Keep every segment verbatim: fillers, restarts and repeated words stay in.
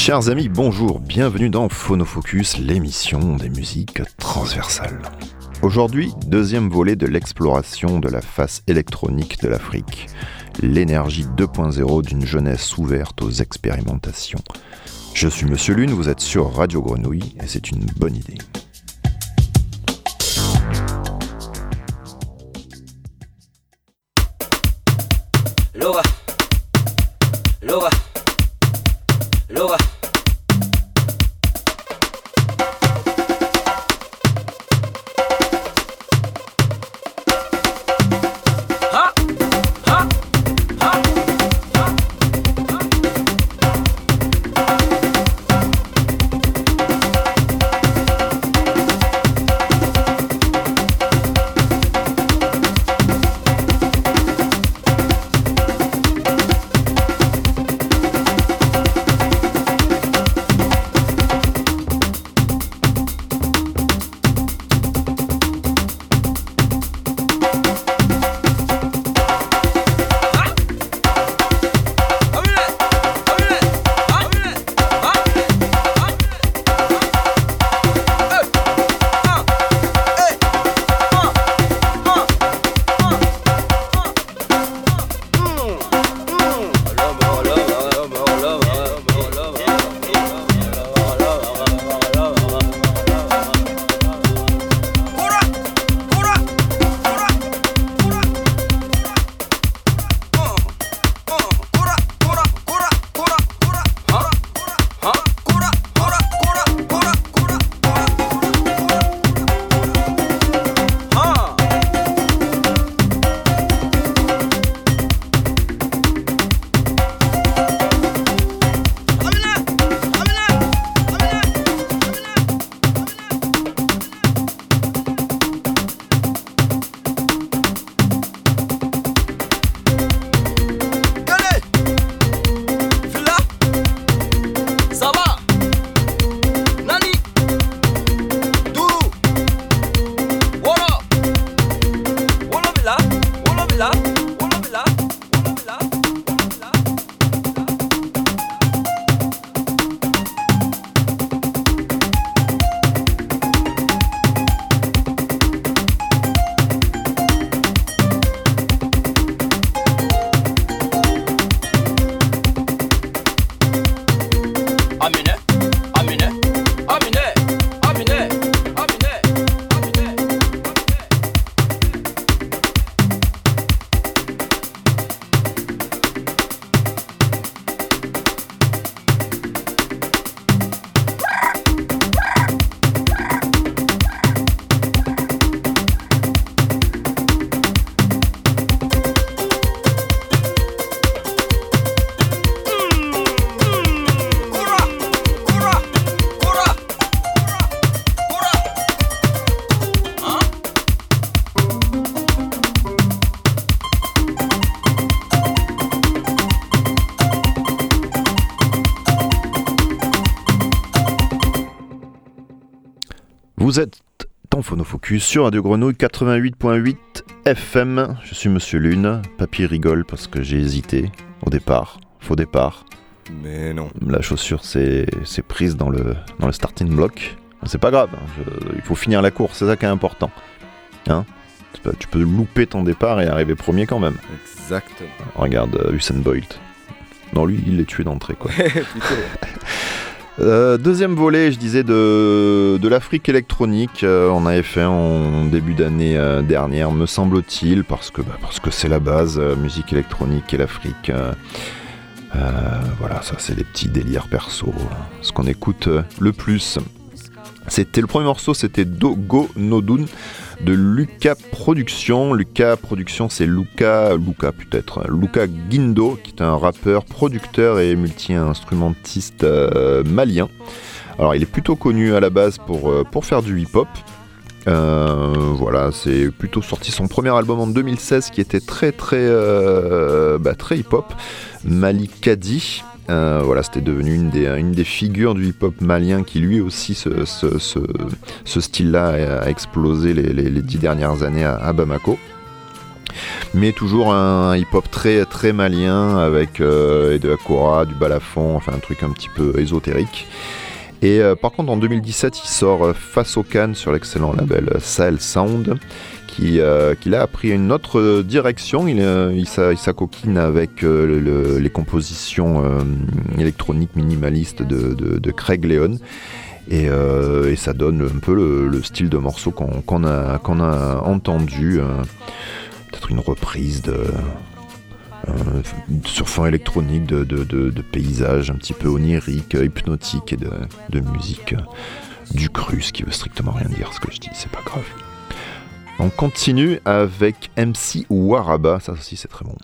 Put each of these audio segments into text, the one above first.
Chers amis, bonjour, bienvenue dans Phonofocus, l'émission des musiques transversales. Aujourd'hui, deuxième volet de l'exploration de la face électronique de l'Afrique, l'énergie deux point zéro d'une jeunesse ouverte aux expérimentations. Je suis Monsieur Lune, vous êtes sur Radio Grenouille et c'est une bonne idée. Loa, Loa, Loa. Vous êtes en Phonofocus sur Radio Grenouille quatre-vingt-huit point huit F M. Je suis Monsieur Lune. Papy rigole parce que j'ai hésité au départ. Faux départ. Mais non. La chaussure s'est, s'est prise dans le, dans le starting block. C'est pas grave. Hein. Je, il faut finir la course. C'est ça qui est important. Hein, pas, tu peux louper ton départ et arriver premier quand même. Exactement. Regarde uh, Usain Bolt. Non, lui, il est tué d'entrée, quoi. Euh, deuxième volet, je disais, de, de l'Afrique électronique. Euh, on avait fait en début d'année euh, dernière, me semble-t-il, parce que, bah, parce que c'est la base, euh, musique électronique et l'Afrique. Euh, euh, voilà, ça c'est des petits délires perso, hein, ce qu'on écoute euh, le plus. C'était le premier morceau, c'était Dogo Nodun de Luca Productions. Luca Productions, c'est Luca, Luca peut-être, Luca Guindo, qui est un rappeur, producteur et multi-instrumentiste euh, malien. Alors, il est plutôt connu à la base pour, euh, pour faire du hip-hop. Euh, voilà, c'est plutôt sorti son premier album en deux mille seize qui était très très euh, bah, très hip-hop, Malikadi. Euh, voilà, c'était devenu une des, une des figures du hip-hop malien qui lui aussi ce, ce, ce, ce style-là a explosé les, les, les dix dernières années à, à Bamako. mais toujours un hip-hop très, très malien avec euh, de la kora, du balafon, enfin un truc un petit peu ésotérique. Et euh, par contre en deux mille dix-sept il sort euh, Face au Cannes sur l'excellent label Sahel Sound, qui, euh, qui là a pris une autre direction. Il, euh, il, s'a, il s'acoquine avec euh, le, les compositions euh, électroniques minimalistes de, de, de Craig Leon. Et, euh, et ça donne un peu le, le style de morceau qu'on, qu'on, a, qu'on a entendu, euh, peut-être une reprise de, euh, sur fond électronique de, de, de, de paysages un petit peu oniriques, hypnotiques et de, de musique du cru, ce qui veut strictement rien dire ce que je dis, c'est pas grave. On continue avec M C Waraba, ça aussi c'est très bon.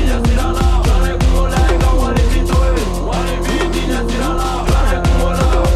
Come on.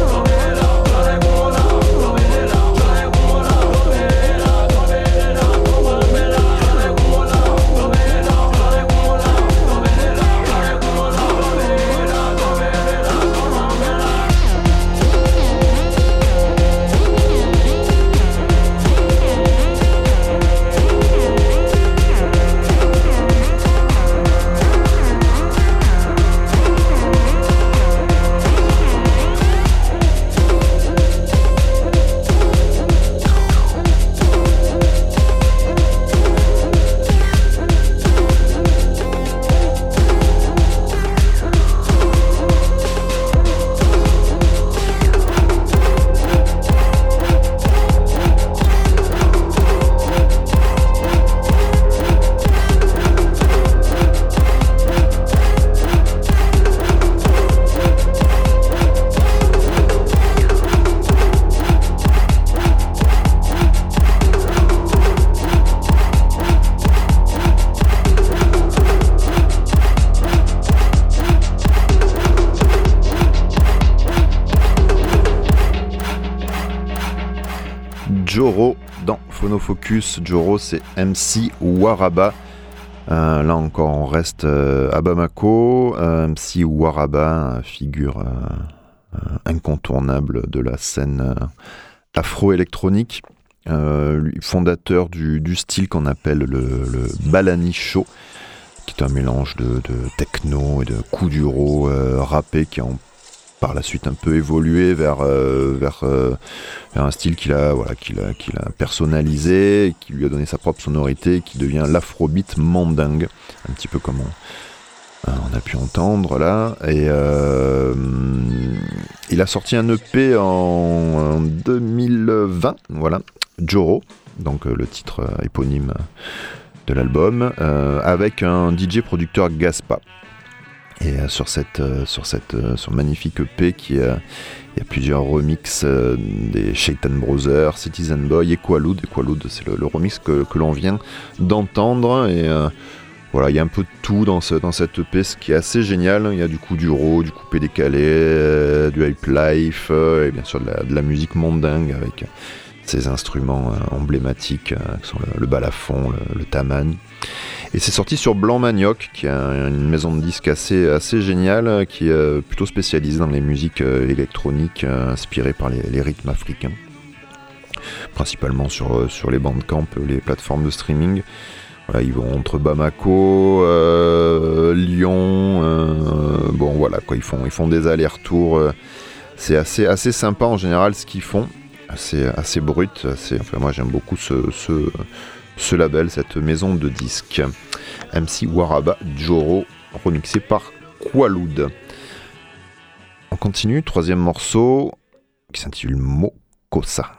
Joro dans Phonofocus. Joro, c'est M C Waraba. Euh, là encore, on reste euh, à Bamako. Euh, M C Waraba, figure euh, euh, incontournable de la scène euh, afro-électronique. Euh, fondateur du, du style qu'on appelle le, le Balani Show, qui est un mélange de, de techno et de kuduro euh, rappé qui ont par la suite un peu évolué vers, euh, vers, euh, vers un style qu'il a, voilà, qu'il a, qu'il a personnalisé, qui lui a donné sa propre sonorité, qui devient l'afrobeat mandingue, un petit peu comme on, euh, on a pu entendre là. Et euh, il a sorti un E P en, en deux mille vingt, voilà, Joro, donc euh, le titre euh, éponyme de l'album, euh, avec un D J producteur Gaspa. Et euh, sur cette, euh, sur cette euh, sur magnifique E P, qui, euh, il y a plusieurs remixes euh, des Shaitan Brothers, Citizen Boy et Qualoud. Et Qualoud, c'est le, le remix que, que l'on vient d'entendre. Et euh, voilà, il y a un peu de tout dans, ce, dans cette E P, ce qui est assez génial. Il y a du kuduro, du coupé décalé, euh, du hype life, euh, et bien sûr de la, de la musique mondingue avec ces instruments euh, emblématiques, euh, qui sont le, le balafon, le, le taman. Et c'est sorti sur Blanc Manioc, qui est une maison de disques assez, assez géniale, qui est plutôt spécialisée dans les musiques électroniques inspirées par les, les rythmes africains, principalement sur, sur les bandcamp, les plateformes de streaming. Voilà, ils vont entre Bamako, euh, Lyon, euh, bon voilà quoi, ils font, ils font des allers-retours. Euh, c'est assez, assez sympa en général ce qu'ils font, assez, assez brut. Assez, enfin, moi j'aime beaucoup ce, ce ce label, cette maison de disques. M C Waraba Joro, remixé par Qualoud. On continue, troisième morceau, qui s'intitule Mokosa.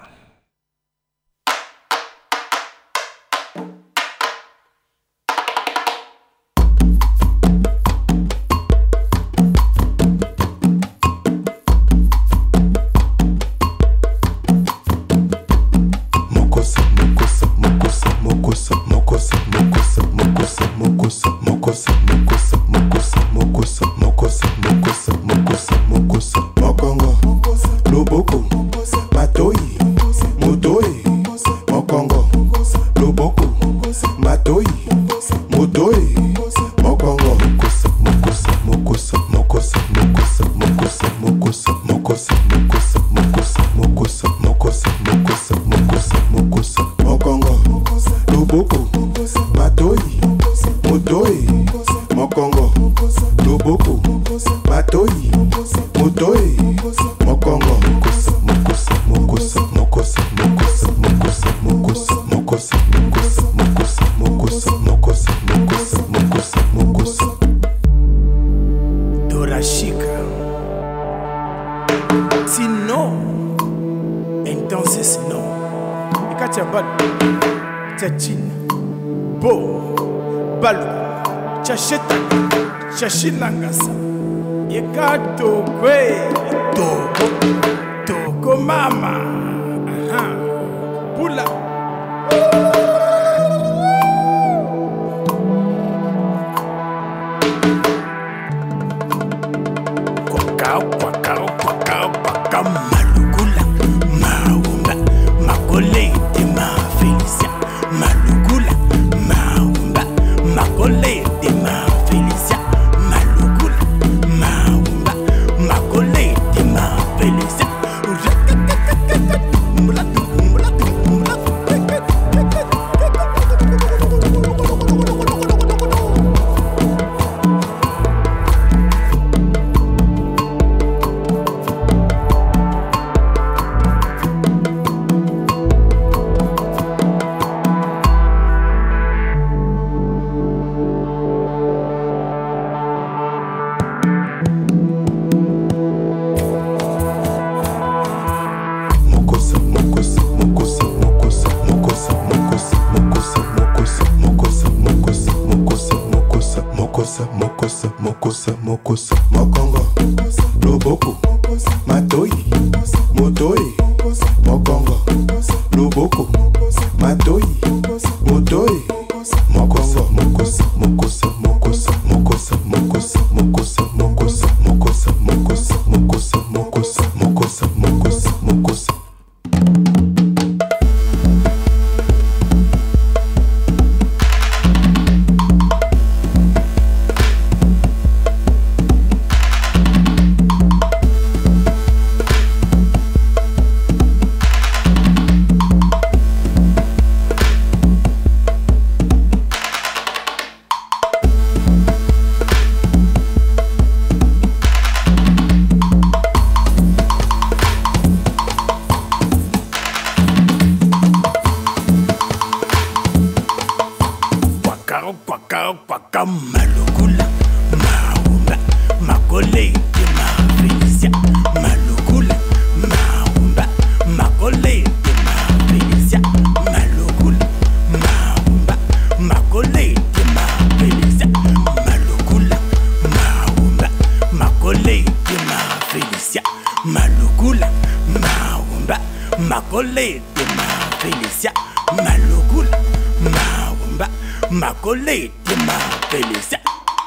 Chashilangasa, Yekato Kwe, Togo, Togo Mama, aha, Pula. Kwakao, kwakao, kwakao, kwakao, malugula, maumba, makole, de ma felicia, malugula, maumba, makole, de ma felicia. kwakao kwakao kwaka malukula maumba makolete mafelicia malukula maumba makolete mafelicia malukula maumba makolete mafelicia malukula maumba makolete mafelicia malukula maumba makolete mafelicia malukula maumba makolete mafelicia.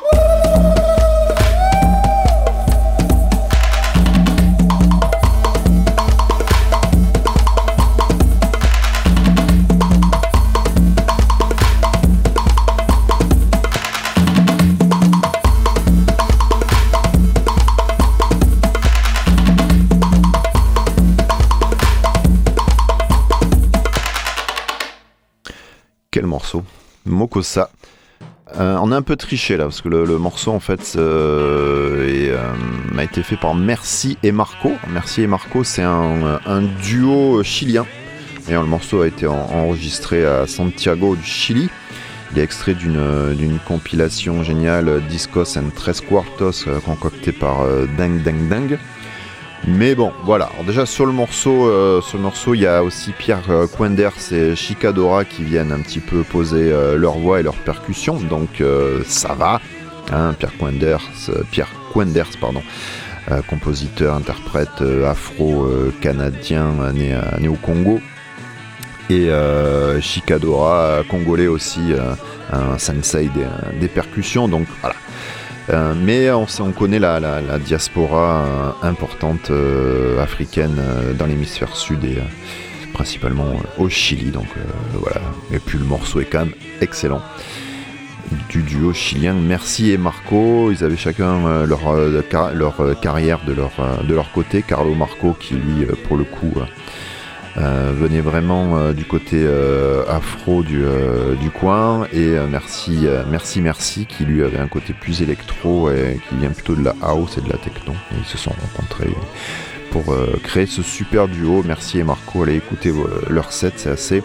Quel morceau, Mokosa. Euh, on a un peu triché là, parce que le, le morceau en fait euh, est, euh, a été fait par Merci et Marco. Merci et Marco, c'est un, un duo chilien. D'ailleurs, le morceau a été en, enregistré à Santiago du Chili. Il est extrait d'une, d'une compilation géniale, Discos and Tres Cuartos, euh, concoctée par euh, Dang Dang Dang. Mais bon, voilà. Alors déjà sur le morceau, euh, sur le morceau, il y a aussi Pierre euh, Quenders et Chicadora qui viennent un petit peu poser euh, leur voix et leur percussion. Donc euh, ça va. Hein, Pierre Quenders, euh, Pierre Quenders, pardon, euh, compositeur, interprète euh, afro-canadien euh, né, euh, né au Congo. Et euh, Chicadora, congolais aussi, euh, un sensei des, des percussions. Donc voilà. Euh, mais on, on connaît la, la, la diaspora euh, importante euh, africaine euh, dans l'hémisphère sud et euh, principalement euh, au Chili. Donc euh, voilà. Et puis le morceau est quand même excellent. Du duo chilien Merci et Marco, ils avaient chacun euh, leur, euh, car- leur euh, carrière de leur, euh, de leur côté. Carlo Marco qui lui euh, pour le coup euh, Euh, venait vraiment euh, du côté euh, afro du, euh, du coin et euh, merci, euh, merci Merci qui lui avait un côté plus électro et qui vient plutôt de la house et de la techno, et ils se sont rencontrés pour euh, créer ce super duo. Merci et Marco, allez écouter euh, leur set, c'est assez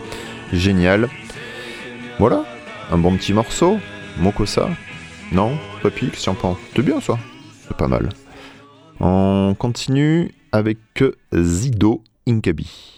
génial. Voilà, un bon petit morceau. Mokosa, non, Papy, qu'est-ce que tu en penses? C'est bien ça, c'est pas mal. On continue avec Zido Inkabi.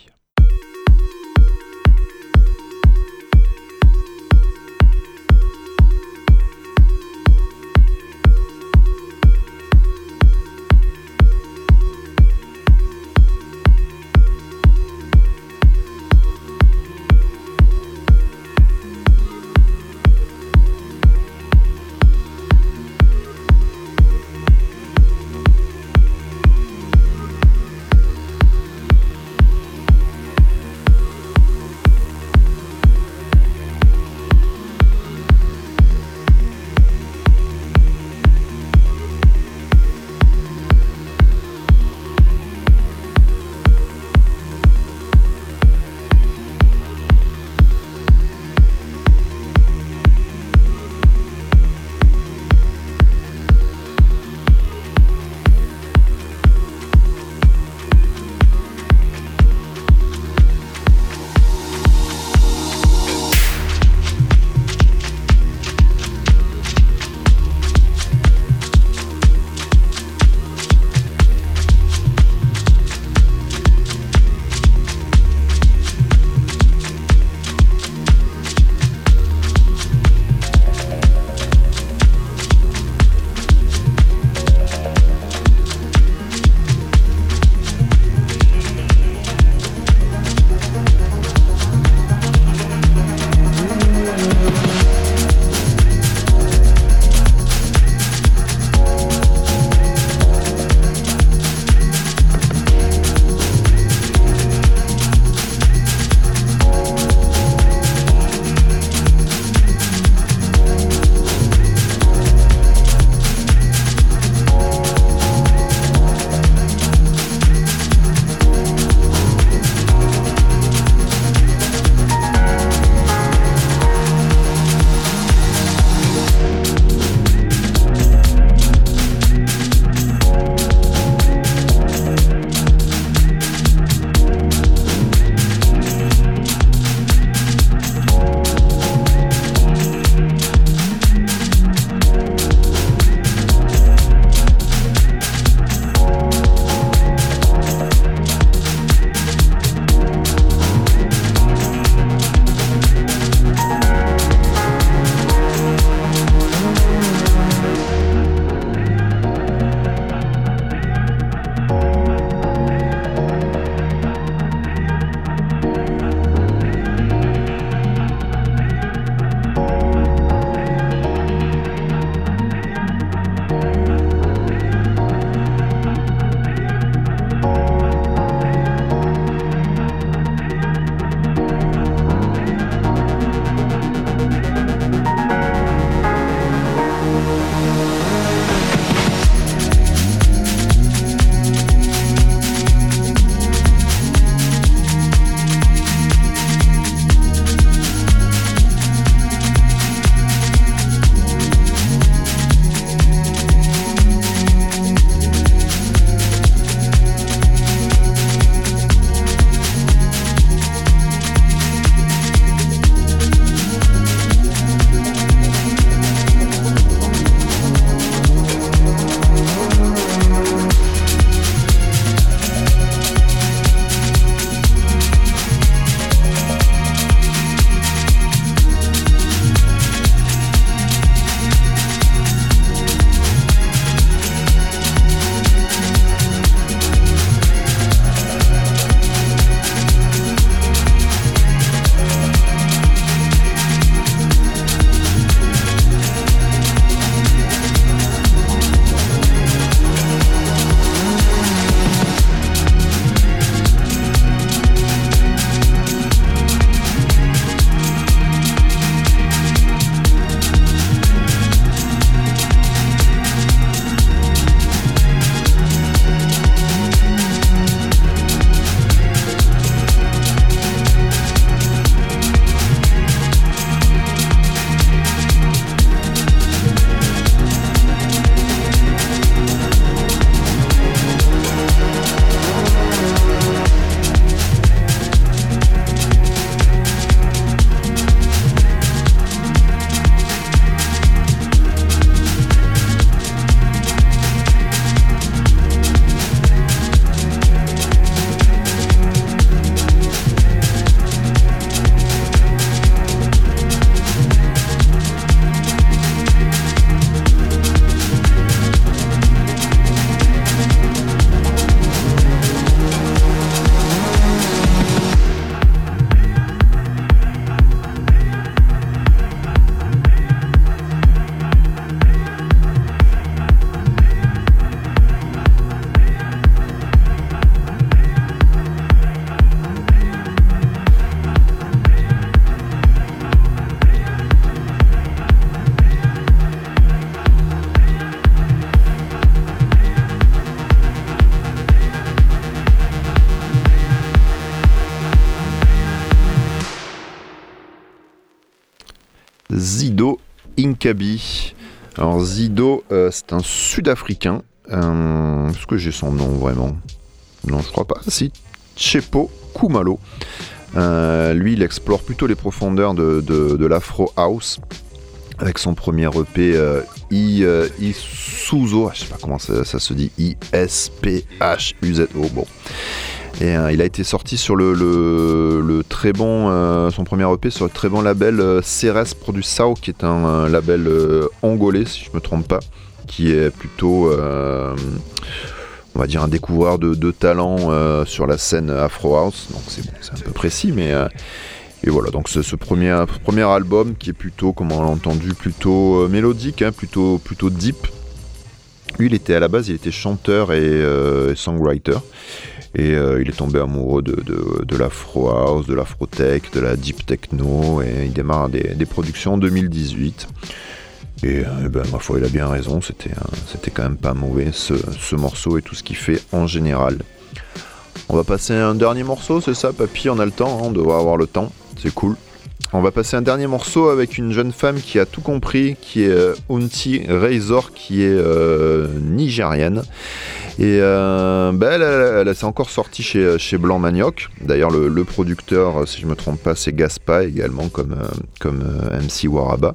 Zido Inkabi. Alors Zido, euh, c'est un Sud-Africain. Euh, est-ce que j'ai son nom vraiment ? Non, je crois pas. Si, Chepo Kumalo. Euh, lui, il explore plutôt les profondeurs de, de, de l'Afro House avec son premier E P euh, I, euh, Isuzo, je sais pas comment ça, ça se dit, I S P H U Z O. Bon. Et euh, il a été sorti sur le, le, le très bon, euh, son premier E P sur le très bon label euh, Ceres Produção, qui est un, un label euh, angolais, si je me trompe pas, qui est plutôt, euh, on va dire, un découvreur de, de talent euh, sur la scène Afro House. Donc c'est bon, c'est un peu précis, mais euh, et voilà. Donc c'est ce premier, premier album qui est plutôt, comme on l'a entendu, plutôt euh, mélodique, hein, plutôt, plutôt deep. Lui, il était à la base, il était chanteur et, euh, et songwriter. Et euh, il est tombé amoureux de, de, de l'Afro House, de l'Afro-Tech, de la Deep Techno, et il démarre des, des productions en deux mille dix-huit. Et euh, ben, ma foi, il a bien raison, c'était, euh, c'était quand même pas mauvais ce, ce morceau et tout ce qu'il fait en général. On va passer un dernier morceau, c'est ça, papy, on a le temps, hein, on devrait avoir le temps, c'est cool. On va passer un dernier morceau avec une jeune femme qui a tout compris, qui est euh, Unti Razor, qui est euh, nigérienne. Et euh, bah elle, elle, elle, elle s'est encore sortie chez, chez Blanc Manioc. D'ailleurs, le, le producteur, si je ne me trompe pas, c'est Gaspa également, comme, euh, comme euh, M C Waraba.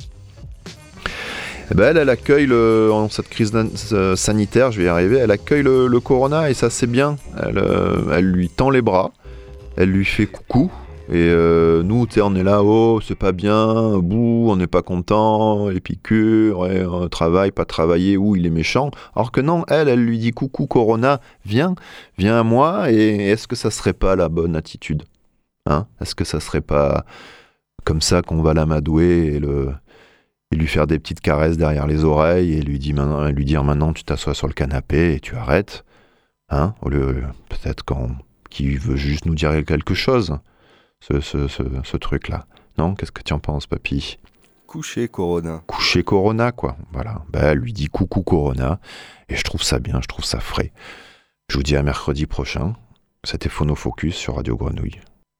Et bah elle, elle accueille le, en cette crise sanitaire, je vais y arriver, elle accueille le, le corona et ça c'est bien. Elle, euh, elle lui tend les bras, elle lui fait coucou. Et euh, nous, on est là, oh, c'est pas bien, bouh, on n'est pas content, les piqûres, ouais, euh, travail, pas travailler, ouh, il est méchant. Alors que non, elle, elle lui dit coucou Corona, viens, viens à moi, et est-ce que ça serait pas la bonne attitude, hein ? Est-ce que ça serait pas comme ça qu'on va l'amadouer et, le, et lui faire des petites caresses derrière les oreilles et lui, dit maintenant, lui dire maintenant tu t'assois sur le canapé et tu arrêtes, hein ? Au lieu, peut-être quand, qu'il veut juste nous dire quelque chose. Ce, ce, ce, ce truc-là. Non ? Qu'est-ce que tu en penses, papy ? Coucher Corona. Coucher Corona, quoi. Voilà. Ben, elle lui dit coucou Corona. Et je trouve ça bien, je trouve ça frais. Je vous dis à mercredi prochain. C'était Phonofocus sur Radio Grenouille.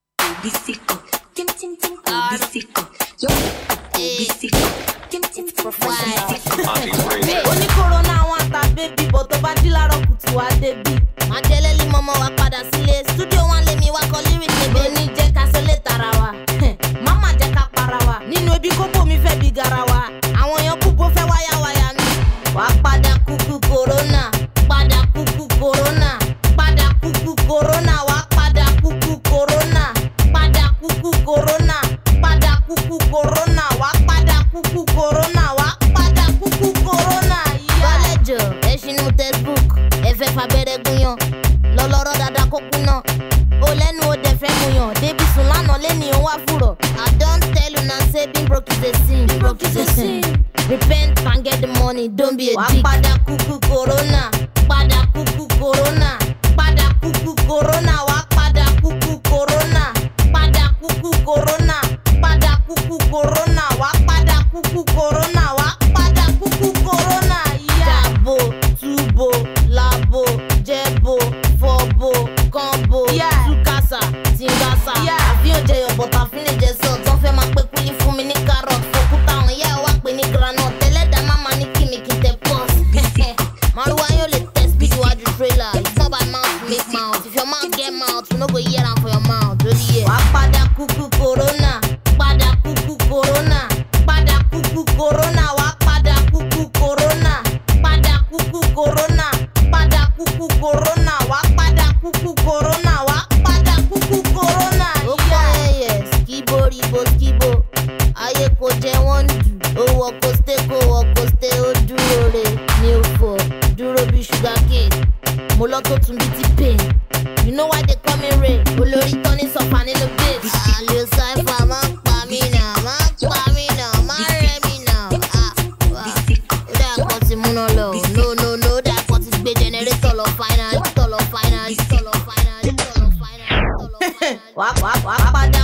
Mama jẹ́ ká para wa nínú ebi kókó mi fẹ́ bí garawa àwọn èèyàn púpọ̀ fẹ́ wáyà wáyà mi. Wàá padà kúkú corona padà kúkú corona padà kúkú corona wàá padà kúkú corona padà kúkú corona padà kúkú corona wàá padà kúkú corona wàá padà kúkú corona. Bọ́lẹ̀jọ ẹ ṣinú textbook ẹ fẹ́ fàbẹ́rẹ́ gúnyán lọ́lọ́rọ́ dáadáa kó kú náà. O lẹ́nu o dẹ̀ fẹ́ mu yàn débi sùn lánàá lẹ́ni o wá fúrọ̀. I don tell you now say being broke is a sin. Being broke is a sin. Repent and get the money, don't be a dick. Wàá padà kúkú corona, padà kúkú corona, padà kúkú corona, wàá padà kúkú corona, padà kúkú corona, padà kúkú corona, wàá padà kúkú corona, wàá padà kúkú corona. Jabo, tubo, labo, jebo, fobo, combo, tukasa, tingasa. Àfihàn jẹyọ̀ bọ̀tà fún lè jẹ sọ. Tán fẹ́ máa pé kúlí fún mi ní carrot. Fòkúta àwọn ìyá ẹ̀ wá pè ní granite. Tẹ́lẹ̀dá máma ní kí mi kí n tẹ pọ́s. Màrúwá yóò lè tẹ̀ speed iwájú trailer. It's not by mouth to make mouth. If your mouth get mouth, you no go hear am for your mouth. Lórí ẹ̀. Wàá padà kúkú corona, padà kúkú corona, padà kúkú corona, wàá padà kúkú corona, padà kúkú corona, padà kúkú corona, wàá padà kúkú corona, wàá padà kúkú corona. Ó kọ́ ẹyẹ skibo ribo skibo, ayé kò jẹ́ wọ́n dù. Ó wọ kó stay kó wọ kó stay ó dúró re. Mi ò fọ̀ dúró bí sugar cane, mo lọ tó tún bí ti pain. You know why they call me Ray? Olórí tán ní sọ̀fà nínú base. Àlè sáífà máa ń pa mí náà, máa ń pa mí náà, máa ń rẹ́ mí náà. Ó dà kọ́ ti múná lọ. No no no, ó dà kọ́ ti gbé generator lọ final, tọ̀ lọ final, tọ̀ lọ final, tọ̀ lọ final, tọ̀ lọ final. Wàá wàá wàá padà